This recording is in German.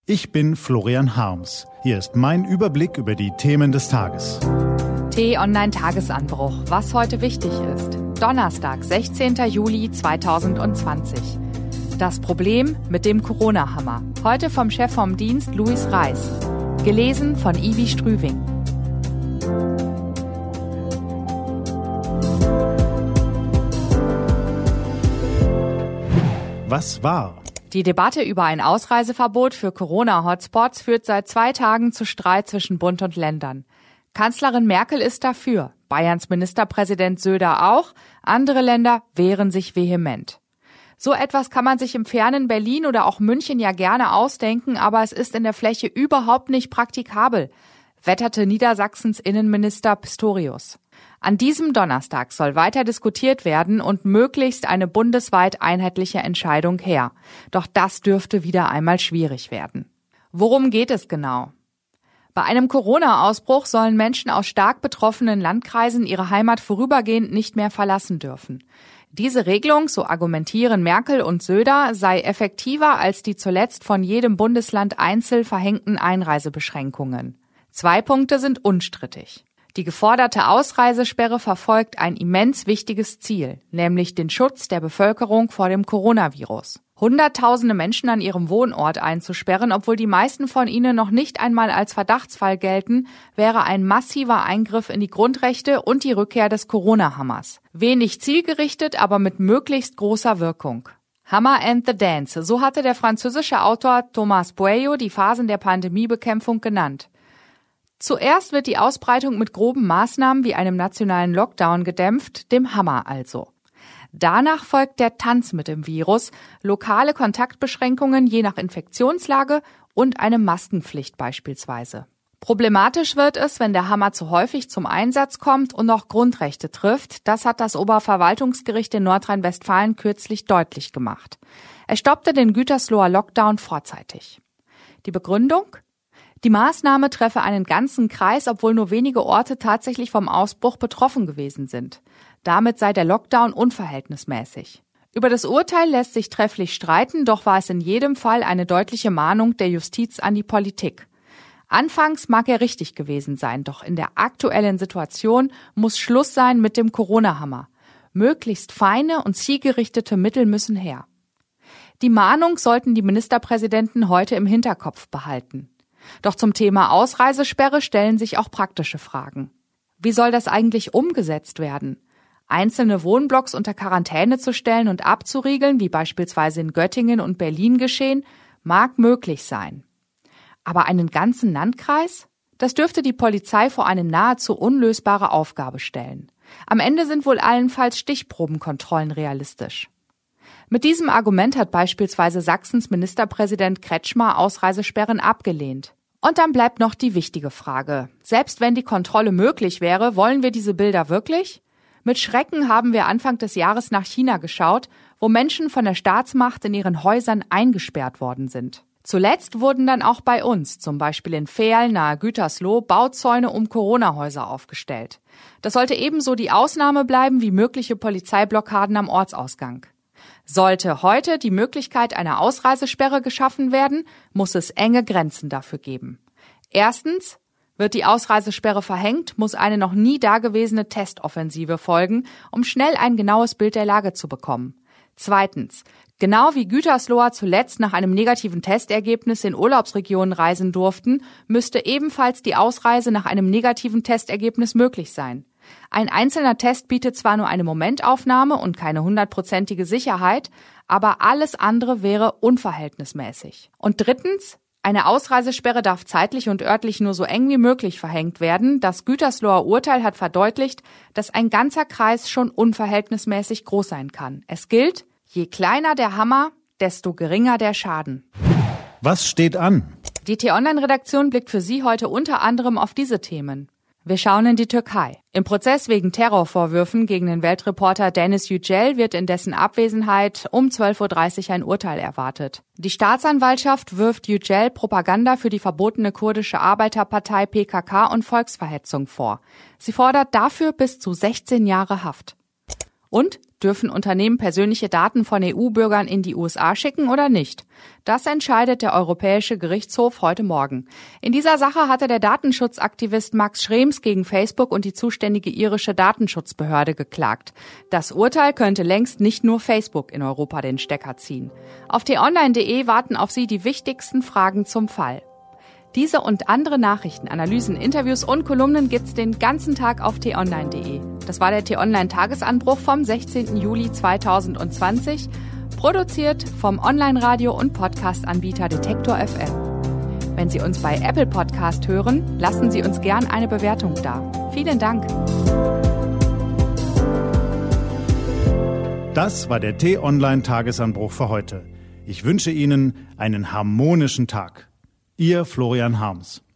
Ich bin Florian Harms. Hier ist mein Überblick über die Themen des Tages. T-Online-Tagesanbruch. Was heute wichtig ist. Donnerstag, 16. Juli 2020. Das Problem mit dem Corona-Hammer. Heute vom Chef vom Dienst Luis Reis. Gelesen von Ivi Strüving. Was war? Die Debatte über ein Ausreiseverbot für Corona-Hotspots führt seit 2 Tagen zu Streit zwischen Bund und Ländern. Kanzlerin Merkel ist dafür, Bayerns Ministerpräsident Söder auch, andere Länder wehren sich vehement. So etwas kann man sich im fernen Berlin oder auch München ja gerne ausdenken, aber es ist in der Fläche überhaupt nicht praktikabel, wetterte Niedersachsens Innenminister Pistorius. An diesem Donnerstag soll weiter diskutiert werden und möglichst eine bundesweit einheitliche Entscheidung her. Doch das dürfte wieder einmal schwierig werden. Worum geht es genau? Bei einem Corona-Ausbruch sollen Menschen aus stark betroffenen Landkreisen ihre Heimat vorübergehend nicht mehr verlassen dürfen. Diese Regelung, so argumentieren Merkel und Söder, sei effektiver als die zuletzt von jedem Bundesland einzeln verhängten Einreisebeschränkungen. 2 Punkte sind unstrittig. Die geforderte Ausreisesperre verfolgt ein immens wichtiges Ziel, nämlich den Schutz der Bevölkerung vor dem Coronavirus. Hunderttausende Menschen an ihrem Wohnort einzusperren, obwohl die meisten von ihnen noch nicht einmal als Verdachtsfall gelten, wäre ein massiver Eingriff in die Grundrechte und die Rückkehr des Corona-Hammers. Wenig zielgerichtet, aber mit möglichst großer Wirkung. Hammer and the Dance, so hatte der französische Autor Thomas Pueyo die Phasen der Pandemiebekämpfung genannt. Zuerst wird die Ausbreitung mit groben Maßnahmen wie einem nationalen Lockdown gedämpft, dem Hammer also. Danach folgt der Tanz mit dem Virus, lokale Kontaktbeschränkungen je nach Infektionslage und eine Maskenpflicht beispielsweise. Problematisch wird es, wenn der Hammer zu häufig zum Einsatz kommt und auch Grundrechte trifft. Das hat das Oberverwaltungsgericht in Nordrhein-Westfalen kürzlich deutlich gemacht. Er stoppte den Gütersloher Lockdown vorzeitig. Die Begründung? Die Maßnahme treffe einen ganzen Kreis, obwohl nur wenige Orte tatsächlich vom Ausbruch betroffen gewesen sind. Damit sei der Lockdown unverhältnismäßig. Über das Urteil lässt sich trefflich streiten, doch war es in jedem Fall eine deutliche Mahnung der Justiz an die Politik. Anfangs mag er richtig gewesen sein, doch in der aktuellen Situation muss Schluss sein mit dem Corona-Hammer. Möglichst feine und zielgerichtete Mittel müssen her. Die Mahnung sollten die Ministerpräsidenten heute im Hinterkopf behalten. Doch zum Thema Ausreisesperre stellen sich auch praktische Fragen. Wie soll das eigentlich umgesetzt werden? Einzelne Wohnblocks unter Quarantäne zu stellen und abzuriegeln, wie beispielsweise in Göttingen und Berlin geschehen, mag möglich sein. Aber einen ganzen Landkreis? Das dürfte die Polizei vor eine nahezu unlösbare Aufgabe stellen. Am Ende sind wohl allenfalls Stichprobenkontrollen realistisch. Mit diesem Argument hat beispielsweise Sachsens Ministerpräsident Kretschmer Ausreisesperren abgelehnt. Und dann bleibt noch die wichtige Frage. Selbst wenn die Kontrolle möglich wäre, wollen wir diese Bilder wirklich? Mit Schrecken haben wir Anfang des Jahres nach China geschaut, wo Menschen von der Staatsmacht in ihren Häusern eingesperrt worden sind. Zuletzt wurden dann auch bei uns, zum Beispiel in Veerl nahe Gütersloh, Bauzäune um Corona-Häuser aufgestellt. Das sollte ebenso die Ausnahme bleiben wie mögliche Polizeiblockaden am Ortsausgang. Sollte heute die Möglichkeit einer Ausreisesperre geschaffen werden, muss es enge Grenzen dafür geben. Erstens, wird die Ausreisesperre verhängt, muss eine noch nie dagewesene Testoffensive folgen, um schnell ein genaues Bild der Lage zu bekommen. Zweitens, genau wie Gütersloher zuletzt nach einem negativen Testergebnis in Urlaubsregionen reisen durften, müsste ebenfalls die Ausreise nach einem negativen Testergebnis möglich sein. Ein einzelner Test bietet zwar nur eine Momentaufnahme und keine 100%ige Sicherheit, aber alles andere wäre unverhältnismäßig. Und drittens, eine Ausreisesperre darf zeitlich und örtlich nur so eng wie möglich verhängt werden. Das Gütersloher Urteil hat verdeutlicht, dass ein ganzer Kreis schon unverhältnismäßig groß sein kann. Es gilt, je kleiner der Hammer, desto geringer der Schaden. Was steht an? Die T-Online-Redaktion blickt für Sie heute unter anderem auf diese Themen. Wir schauen in die Türkei. Im Prozess wegen Terrorvorwürfen gegen den Weltreporter Deniz Yücel wird in dessen Abwesenheit um 12:30 Uhr ein Urteil erwartet. Die Staatsanwaltschaft wirft Yücel Propaganda für die verbotene kurdische Arbeiterpartei PKK und Volksverhetzung vor. Sie fordert dafür bis zu 16 Jahre Haft. Und Dürfen Unternehmen persönliche Daten von EU-Bürgern in die USA schicken oder nicht? Das entscheidet der Europäische Gerichtshof heute Morgen. In dieser Sache hatte der Datenschutzaktivist Max Schrems gegen Facebook und die zuständige irische Datenschutzbehörde geklagt. Das Urteil könnte längst nicht nur Facebook in Europa den Stecker ziehen. Auf t-online.de warten auf Sie die wichtigsten Fragen zum Fall. Diese und andere Nachrichten, Analysen, Interviews und Kolumnen gibt's den ganzen Tag auf t-online.de. Das war der T-Online-Tagesanbruch vom 16. Juli 2020, produziert vom Online-Radio- und Podcast-Anbieter Detektor FM. Wenn Sie uns bei Apple Podcast hören, lassen Sie uns gern eine Bewertung da. Vielen Dank. Das war der T-Online-Tagesanbruch für heute. Ich wünsche Ihnen einen harmonischen Tag. Ihr Florian Harms.